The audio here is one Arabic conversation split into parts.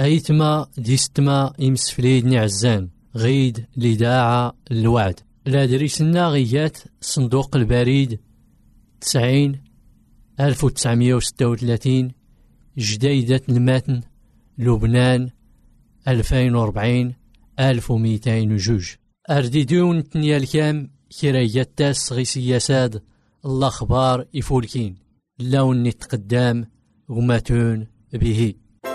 غيتما ديستما يمسفليد نعزان غيد لداعة الوعد لا دريسنا غيات صندوق البريد 90-1936 جديدة المتن لبنان 2040-1202 أرديدون تنيا الكام كرايات تاس غي سياساد الأخبار يفولكين لون نتقدام غماتون به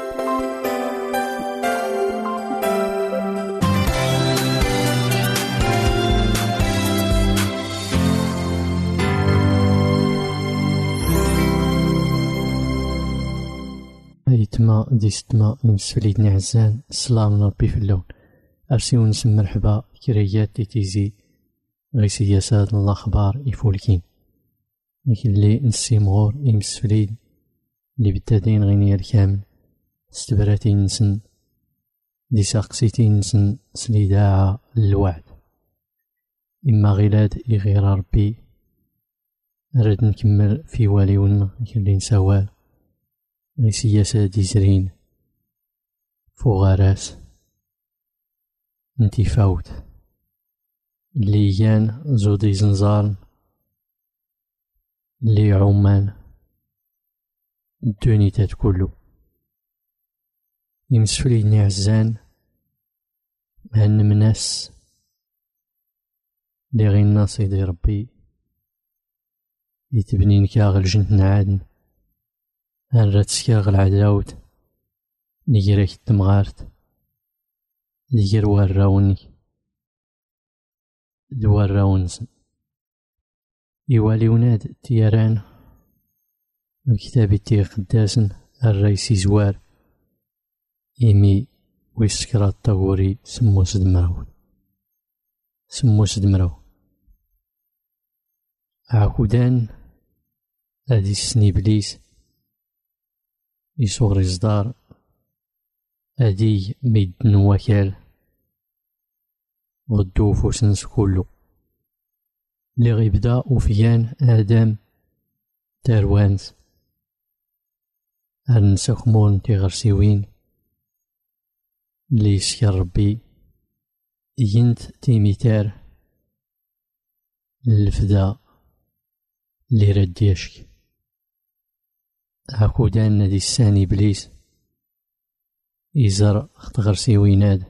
ايتما ديستما يمسفليد نعزان السلام ربي في اللون ارسيون نسم مرحبا كريات تيزي غي سياسات الاخبار يفولكين اللي نسيمغور يمسفليد اللي بالتادين غينيا الكامل استبراتين نسن دي ساقسيتين نسن سليداعة الوعد إما غيلاد يغير ربي رد نكمل في واليون اللي نسوال غي سياسة ديزرين فوغاراس نتي فوت اللي يان زودي زنزار اللي عمان الدونيتات كلو يمسفلي نعزان هن مناس اللي غي الناس يدي ربي يتبنين كاغ الجنت نعادن هنرات سكاغ العداوت نيراك التمغارت دير وراوني دوار راونسن يوالي وناد تيران الكتاب تي قداسن الرئيسي زوار إيمي ويسكرا الطغوري سمو سدمرو عاكودان هادي السن إبليس يصغر إصدار هادي ميدن وكال غدو فوسنس كلو اللي غيبدا وفيان آدم تاروانز هرنسا خمون تيغرسيوين اللي يسكر ربي ينت تيميتار الفدا اللي رد يشك هاكودان نادي الساني إبليس يزر خطغرسيويناد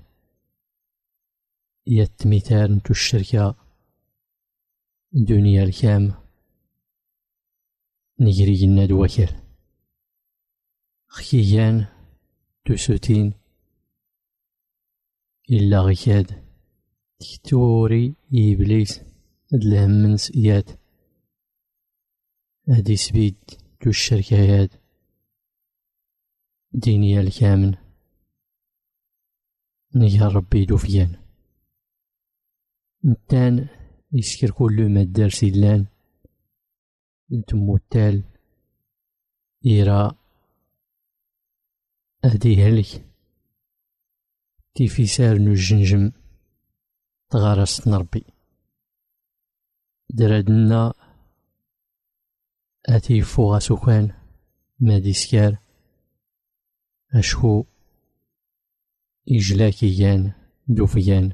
يتميتار نتو الشركة دنيا الكام نجري الناد وكل خيان تسوتين إلا غيكاد تكتوري إبليس أدلهم من سئيات هادي سبيد تو الشركايات دينيا الكامن نيا ربي دوفيان نتان يسكر كل ما دار سيلان نتمو التال إيرا أدي هلك تيفي سار نجنجم تغارست نربي درادنا أتي فوغا سكان ما ديسكار أشكو إجلاكيان دوفيان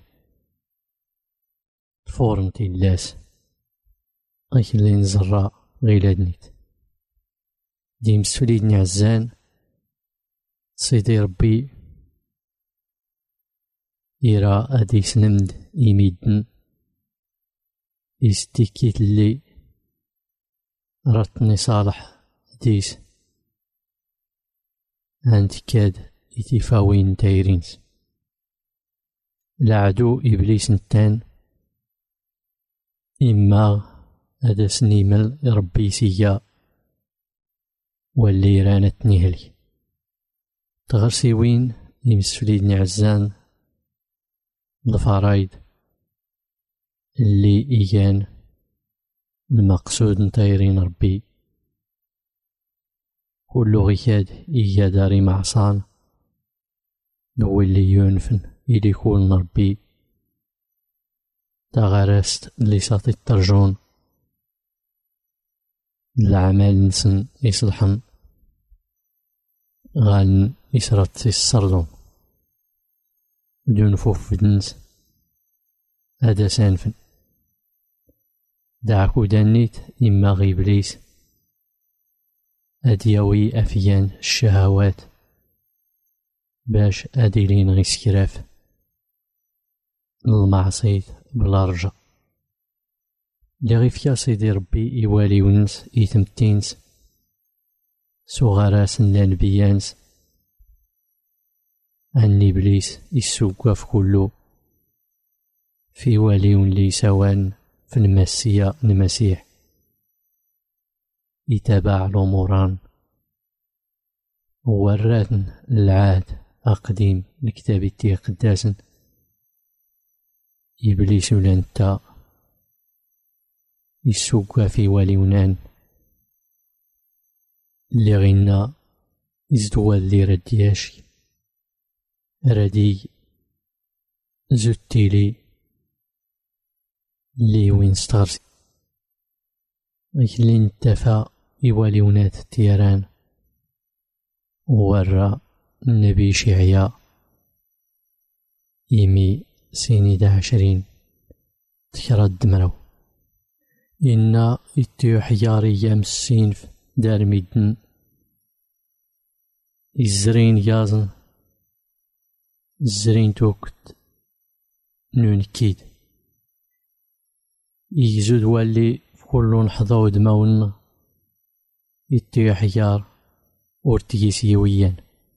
فورنتي اللاس غيكلي نزرع غيلادنيت ديم سوليد نعزان سيدي ربي إيرا أدي سنمد إيميدن إستيكيت اللي راتني صالح ديس هانت كاد إتفاوين تايرينس العدو إبليس نتان إما هذا سنيمل ربي سيا واللي رانتني هلي تغرسيوين يمسفليد نعزان الفرايد اللي إيجان المقصود نطيرين ربي كل غيكاد إيجا داري معصان هو اللي ينفن إلي يكون ربي تغرست اللي ساطي الترجون العمال نسن يصلحن غالن يسرط السردون دون فوف دنس هذا سانفن دعكو دانيت إما غيبليس أدياوي أفيان الشهوات باش أديلين غي سكراف المعصيت بلا رجا لي غي فيا سيدي ربي إوالي ونس إيتمتينس سوغاراس لانبيانس أن إبليس يسوق في كله في والي لي سوان في المسيا المسيح يتابع الأموران وراتن العهد أقديم لكتاب تي قداسن إبليس ولانتا يسوق في والي ونان اللي غينا يزدوا اللي ردياش ردي زوتيلي لي وين ستارز اللي نتفا يوالي ونات تيران ورا النبي شعيا يمي سينيد 20 تكرا الدمرو إنا إتيو حياري يام السينف دار ميدن الزرين يازن الزرين توكت نون كيد يزود والي في كل نحظو دماون إتيو حيار ورتيس يويان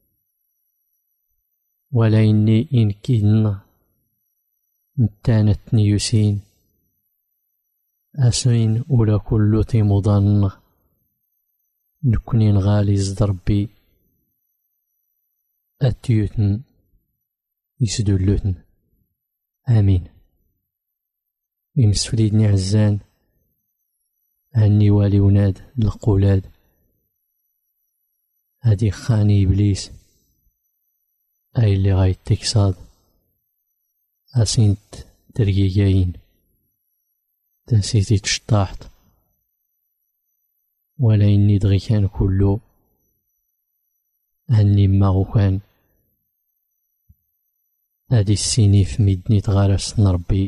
ولا إني إن كيدن نتانت نيوسين أسين ولا كل تيمضان نكونين غالي زدربي أتيوتن يسدولوتن آمين يمسفليدني عزان هني والي وناد القولاد هادي خاني إبليس أي اللي غايت تكساد أسينت ترقيقين تنسيتي تشطاحت ولا إني دغي كان كله هني ما كان هادي السيني في ميدني تغارس نربي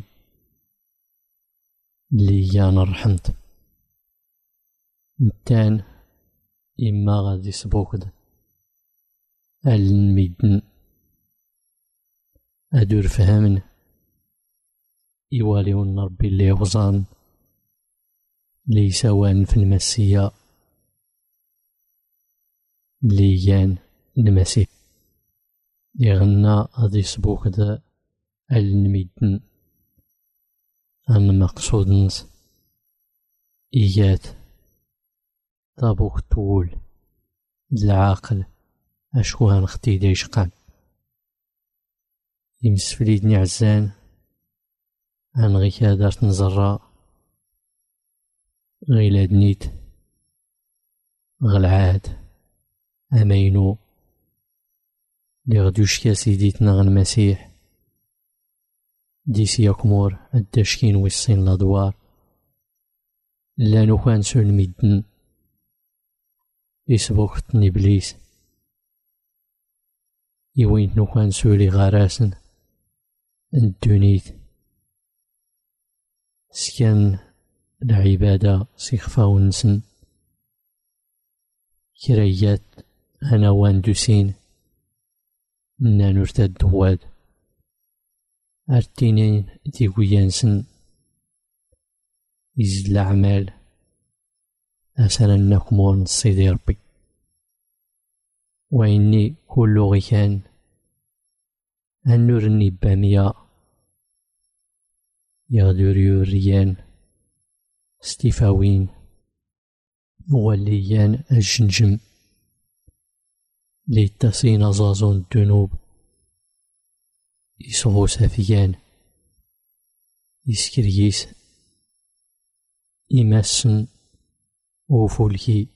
اللي أنا رحمت نتان إما غادي سبوكد الميدن أدور فهمن يواليون ربي اللي غزان لي سوان في المسيا ليان المسيح يغنى غادي سبوكد الميدن أن مقصود نس إيات طابوك طول العاقل أشوان اختي ديشقان يمسفليدني عزان عن غي كادرت نزرا غيلاد نيت غالعاد أمينو لي غدوش كاسيدي تنغ المسيح ديسي يكمور الدشكين ويصين لادوار لانو كان سول ميدن يسبوكتني إبليس يوين نو كان سولي غاراسن الدونيت سكان العبادة سيخفاو نسن كريات أنا واندوسين نا نرتد دواد أرتينين تيقويانسن يزد الأعمال أسأل نكمون سيدي ربي وإني كل غيكان النورني بامية يغدر يوريان ستيفاوين موليان الجنجم ليتصين زازون الدنوب يسغو سافيان يسكريس يمسن وفولكي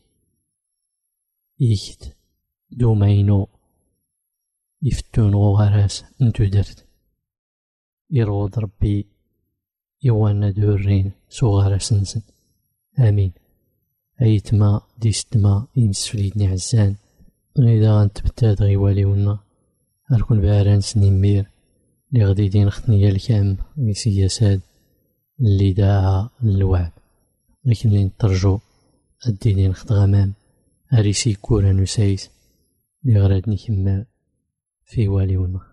يكت دومينو يفتون غراس انتو درت يرغض ربي يوانا دورين سوغراس نسن آمين أيتما ديستما يمسفليدني عزان غيدا غنتبتاد غيواليونا أركون باران سنين مير اللي غادي يدين ختنية الكام سياسات اللي داعا للوعد، لكن اللي نترجو الدينين خط غمام هريسي كورا نسايس اللي غرادني كما في والي ونخ.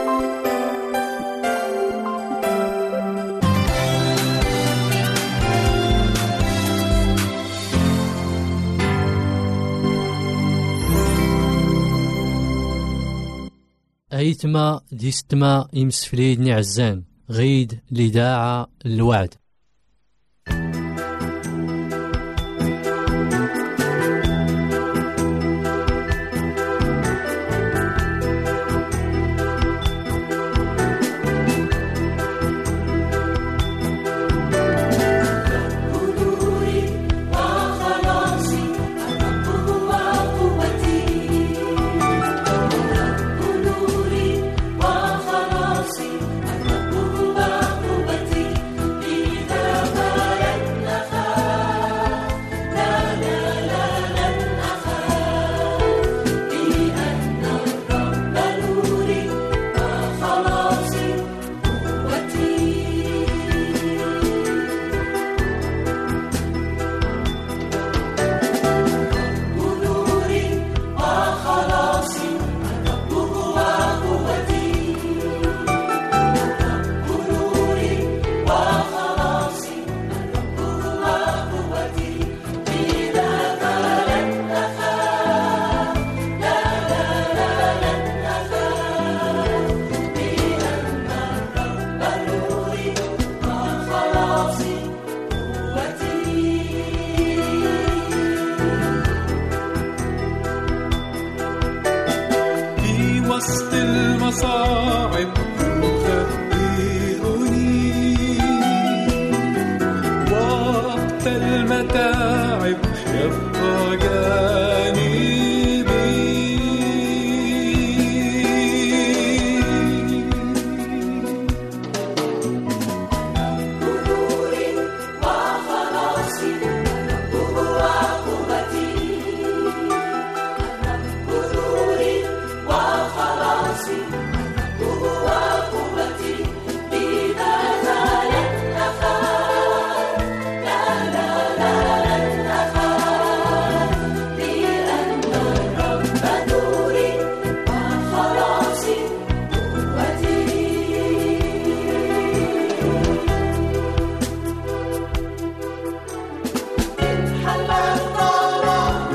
أيتما ديستما يمسفليد نعزان غيد لداعا الوعد. وسط المصاعب يخبئني، وقت المتاعب يبقى جانبي. نوري وخلاصي الرب هو قوتي، نوري وخلاصي الرب هو قوتي، بماذا لن أخاف؟ لا لا لا لن أخاف، لأن الرب نوري وخلاصي قوتي. إن حل الظلام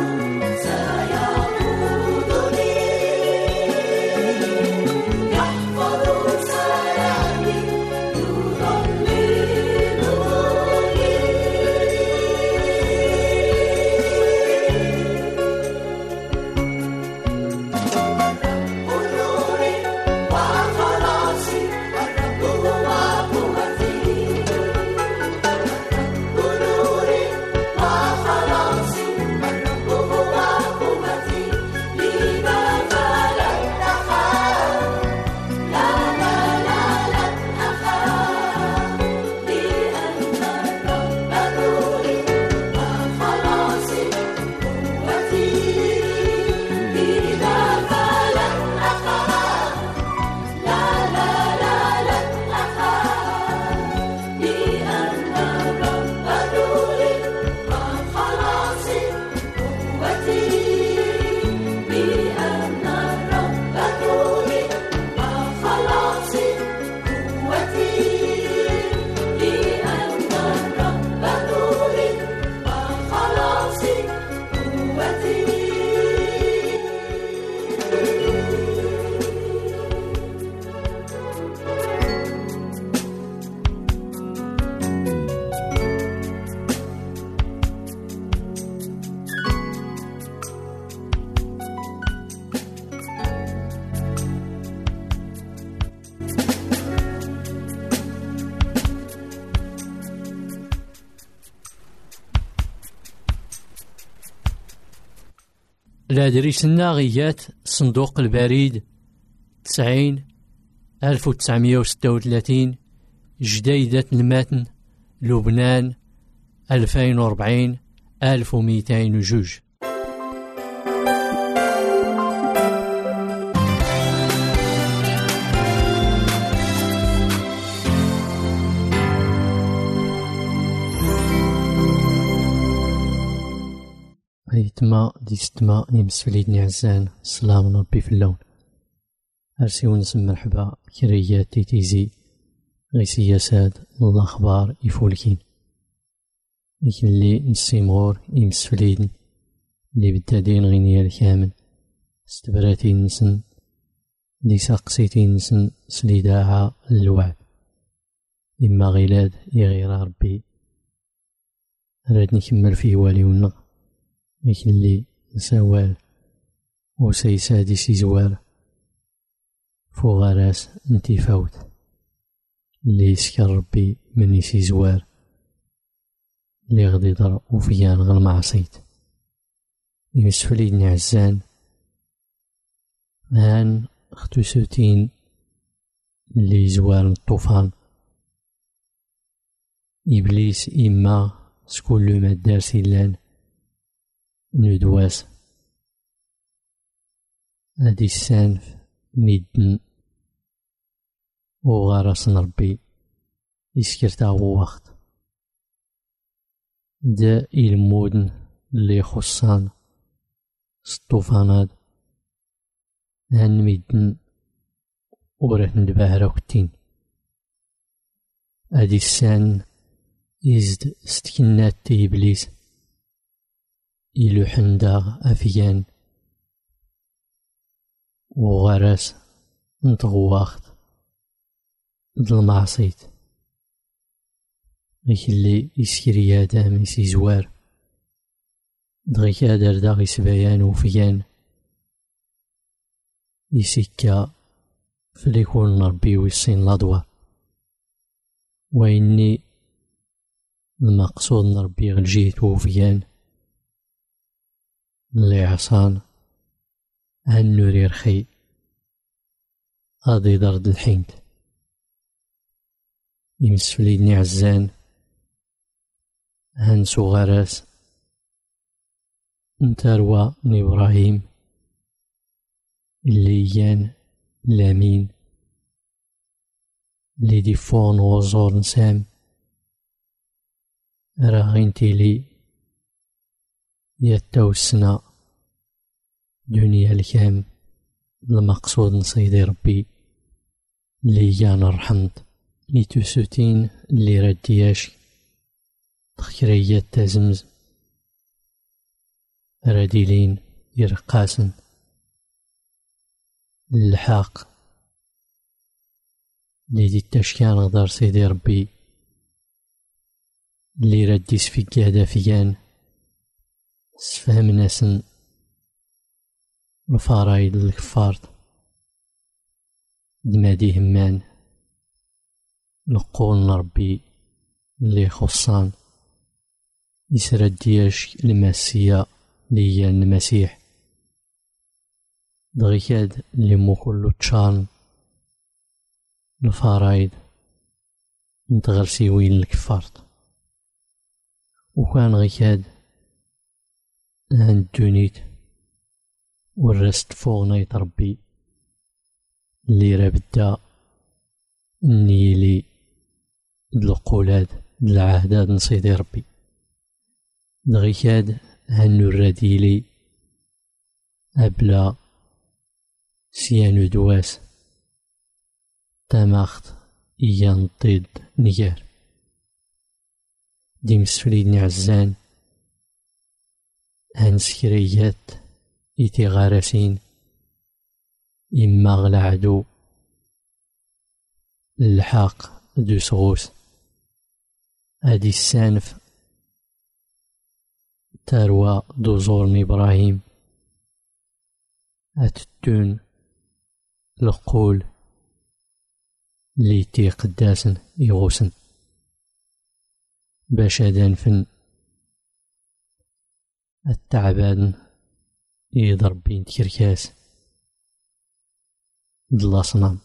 سيقودني، يحفظ سلامي يضللني. نوري وخلاصي الرب هو قوتي، نوري وخلاصي الرب هو قوتي، لماذا لن أخاف؟ لا لا لا لن أخاف، لأن الرب نوري وخلاصي قوتي، لماذا لن أخاف؟ لا لا لا لن أخاف، لأن الرب نوري وخلاصي قوتي، لأن الرب نوري وخلاصي قوتي، لأن الرب نوري وخلاصي قوتي. الأدريسنا غيات صندوق البريد 90-1936 جديدة المتن لبنان 2040-1202. تما دي ستما يمسفليدني عزان السلام ربي في اللون أرسيون نسم مرحبا كريات تيتيزي غي سياسات الأخبار يفولكين لكن اللي نسيمغور يمسفليدن اللي بالتادين غينيا الكامل استبراتي نسن دي ساقسيتي نسن سليداعا الوعد إما غيلاد يغير ربي راد نكمل فيه والي ونغ لكن اللي نساوال وسيسادي سيزوال فوغاراس انتي فوت اللي يسكر ربي مني سيزوار اللي غدي ضر وفيان غير معصيت يمسفليدني عزان هان اختو سوتين اللي زوار الطوفان إبليس إما سكول لو مدار سيلان ندواس هادي السانف ميدن وغارس ربي يسكرتا هو وقت دا المودن اللي خصان الطوفانات هان ميدن وراه ندباه راكتين هادي السان يزد ستكنات تي إبليس يلوحن داغ أفيان وغراس نتغواخت ضل معصيت غيك اللي يسكري آدم يسيزوار دغيك هادر داغ يسبايان وفيان يسكا فليكون ربي ويصين لادوار وإني المقصود ربي غلجيت وفيان اللي عصان هن نوري رخي غادي درد الحينت يمسفليدني عزان هن صغاراس نتاروا من إبراهيم اللي يان لامين اللي ديفون وزور نسام راغينتي لي يتاو السنة دنيا الكام المقصود نصيدي ربي اللي يانا رحمت يتوسوتين اللي ردياش تخكريات تازمز راديلين يرقاسن الحاق اللي دي التشكان غدار سيدي ربي اللي رديس في قادة فيان سفهم ناسن الفرايد الكفارت دمادي همان لقول ربي اللي خصان يسرد دياش المسيا ليا المسيح دغيكاد اللي مو كلو تشان الفرايد نتغرسي وين الكفارت وكان غيكاد عند دونيت والرست فوغنا يتربي اللي رابدا النيلي القولاد العهداد نصيدي ربي دغيكاد هنو الرديلي أبلا سيانو دواس تاماخت إيان ضد نيار دي مسفليدني عزان هن سكريات إتي غارسين إما غلا عدو الحاق دو سغوس هادي السانف تاروا دو زورن إبراهيم أتتون القول ليتي قداسن يغوسن باش دانفن التعبان يضربين تكركاس دلاصنام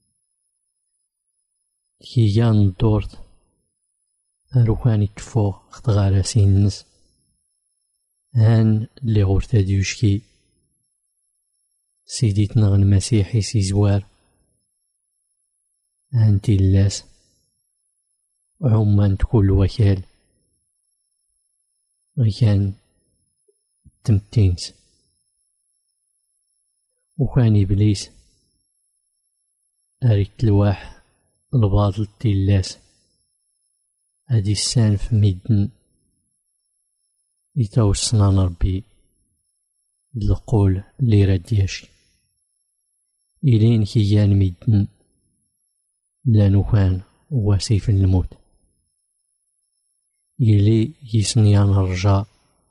كيان دورت أروكاني تفوق خطغاراسين النس هان اللي غورتا ديوشكي سيدي تنغن مسيحي سيزوار هانتي اللاس عمان تكل وكال غيكان التمتينس. وكان إبليس أريت الواح الباطل تيلاس هادي السان في ميدن يتوصلنا ربي القول اللي راد ياشي إلين كيان ميدن لانو كان واسيف الموت إلي يسنيان الرجاء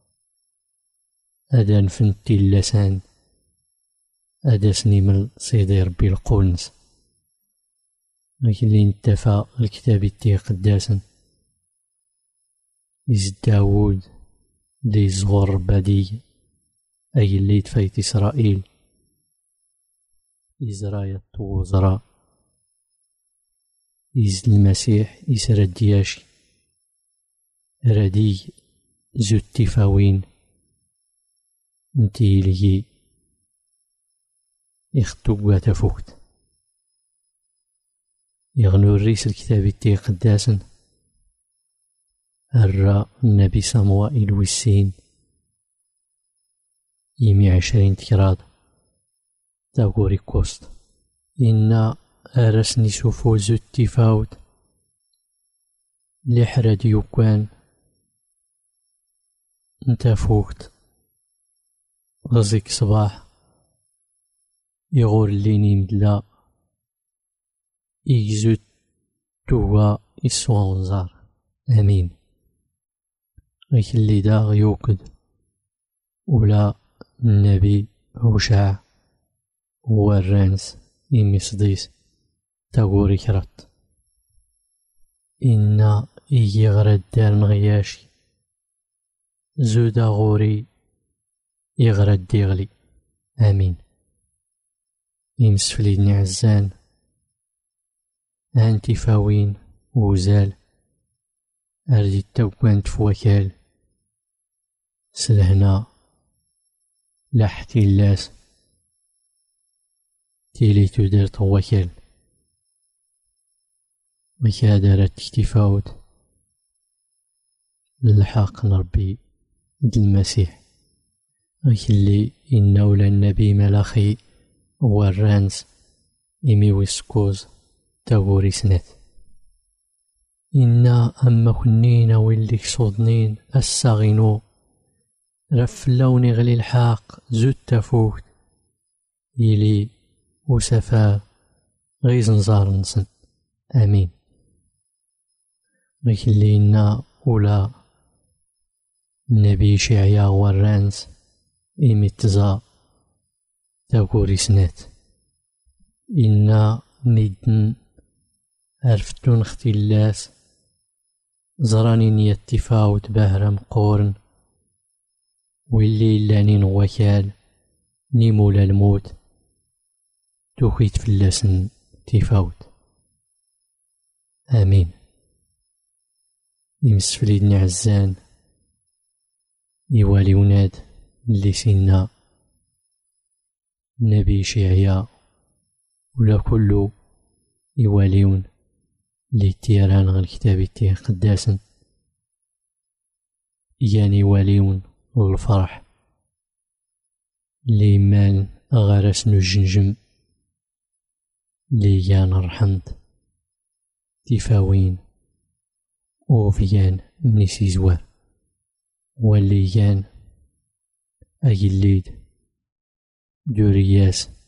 أدا نفنتي اللسان أدا سنيمل سيدي ربي القولنس لكن اللي انتفى الكتاب التي قداسا إز داود دي زغور بدي أي اللي تفايت إسرائيل إزرايا توزرا إز المسيح إسرى الدياشي ردي زو التفاوين انتي لي يخطوك تفوت يغنو الرئيس الكتاب التي قداسا الراء النبي صموائيل والسين 20 تكراد تاغوري كوست إن أرسني سفوز التفاوت لحرد يكوان انت فوقت غزيك صباح يغور ليني مدلا إيجزوت توا إسوان زار أمين غيك اللي داغ يوكد ولا النبي هوشع هو الرانس إمي صديس تاغوري كرات إنا إيجي غرد دار نغياشي زودا غوري يغرد ديغلي آمين يمسفلي نعزان أنتي فاوين وزال أردي التوكوان تفوكال سلهنا لحتي اللاس تيلي تدير توكال مكادرة تكتفاوت للحق نربي المسيح اللي إنه للنبي ملاخي هو الرانس إمي ويسكوز تاغوري سنت إنا أما كنين واللي صودنين الساغينو رف اللون غلي الحاق زود تفوت يلي وسفا غيز نزار نسن آمين لكن اللي إنا أولا النبي شعيا والرانس إمي تزا تاغوري سنت إنا ميدن عرفتون اختلاس زراني نيتفاوت بهرم قورن واللي لانين وكال نيمولا الموت توخيت فلاسن تفاوت آمين يمسفلي نعزان يوالي وناد اللي سينا نبي شيعيا ولا كله يواليون لي تيران غير كتابي تيه قداسا يعني يواليون والفرح لي مال غرسنو الجنجم لي يان رحمت تفاوين وفيان منيسي زوار واللي يان أجليد دورياس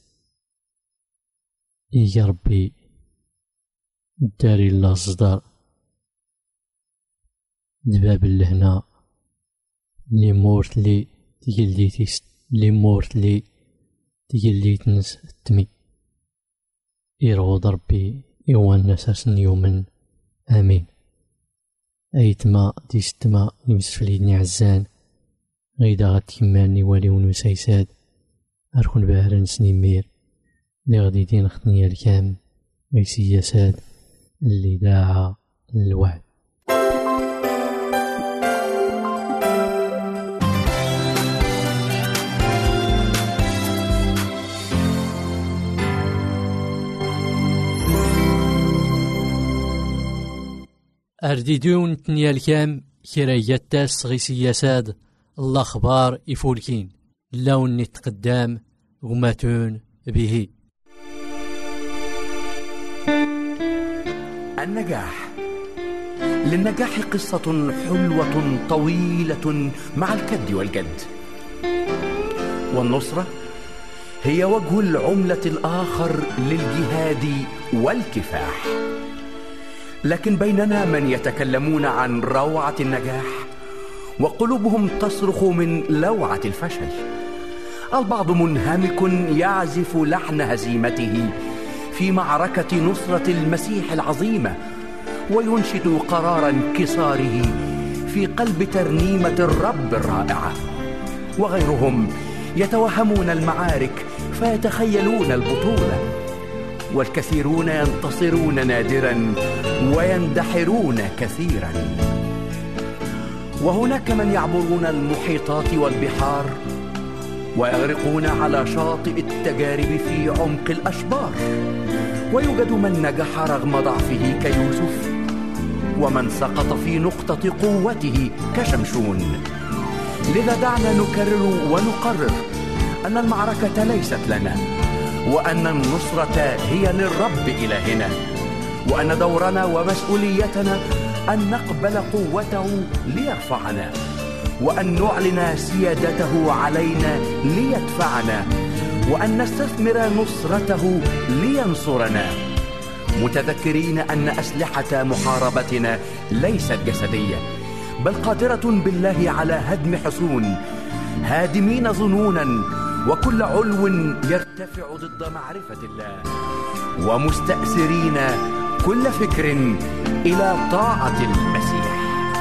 يا ربي داري الله صدار دباب لهنا لي مورت لي تجلديتيس لي مورت لي تجلديتنس التمي يرغض ربي يوانا ساسن يومن آمين أيتما ديستما يمسفليدني عزان غيدا غتكماني واليون وسيساد أركن بهرن سنيمير لي غدي دين خطني الكام غيسي يساد اللي داعى للوعد. أرديدون تنيا الكام كرايات تاس غيسي يساد الأخبار يفولكين اللون نتقدام وماتون به. النجاح. للنجاح قصة حلوة طويلة مع الكد والجد، والنصرة هي وجه العملة الآخر للجهاد والكفاح. لكن بيننا من يتكلمون عن روعة النجاح وقلوبهم تصرخ من لوعة الفشل. البعض منهمك يعزف لحن هزيمته في معركة نصرة المسيح العظيمة، وينشد قرار انكساره في قلب ترنيمة الرب الرائعة. وغيرهم يتوهمون المعارك فيتخيلون البطولة، والكثيرون ينتصرون نادرا ويندحرون كثيرا. وهناك من يعبرون المحيطات والبحار ويغرقون على شاطئ التجارب في عمق الأشبار. ويوجد من نجح رغم ضعفه كيوسف، ومن سقط في نقطة قوته كشمشون. لذا دعنا نكرر ونقرر أن المعركة ليست لنا، وأن النصرة هي للرب إلهنا، وأن دورنا ومسؤوليتنا أن نقبل قوته ليرفعنا، وأن نعلن سيادته علينا ليدفعنا، وأن نستثمر نصرته لينصرنا، متذكرين أن أسلحة محاربتنا ليست جسدية، بل قادرة بالله على هدم حصون، هادمين ظنونا وكل علو يرتفع ضد معرفة الله، ومستأثرين كل فكر إلى طاعة المسيح.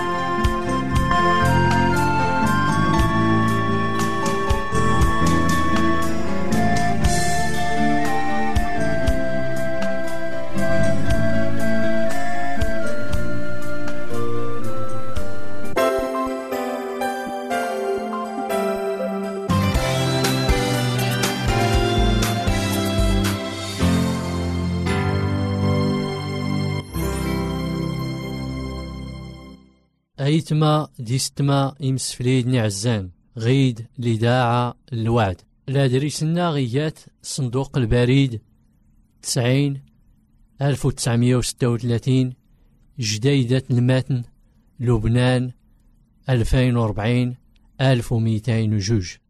أيتما ديستما إمسفليد نعزان غيد لداعة الوعد. الأدريسنا غيات صندوق البريد 90-1936 جديدة المتن لبنان 2040-1202.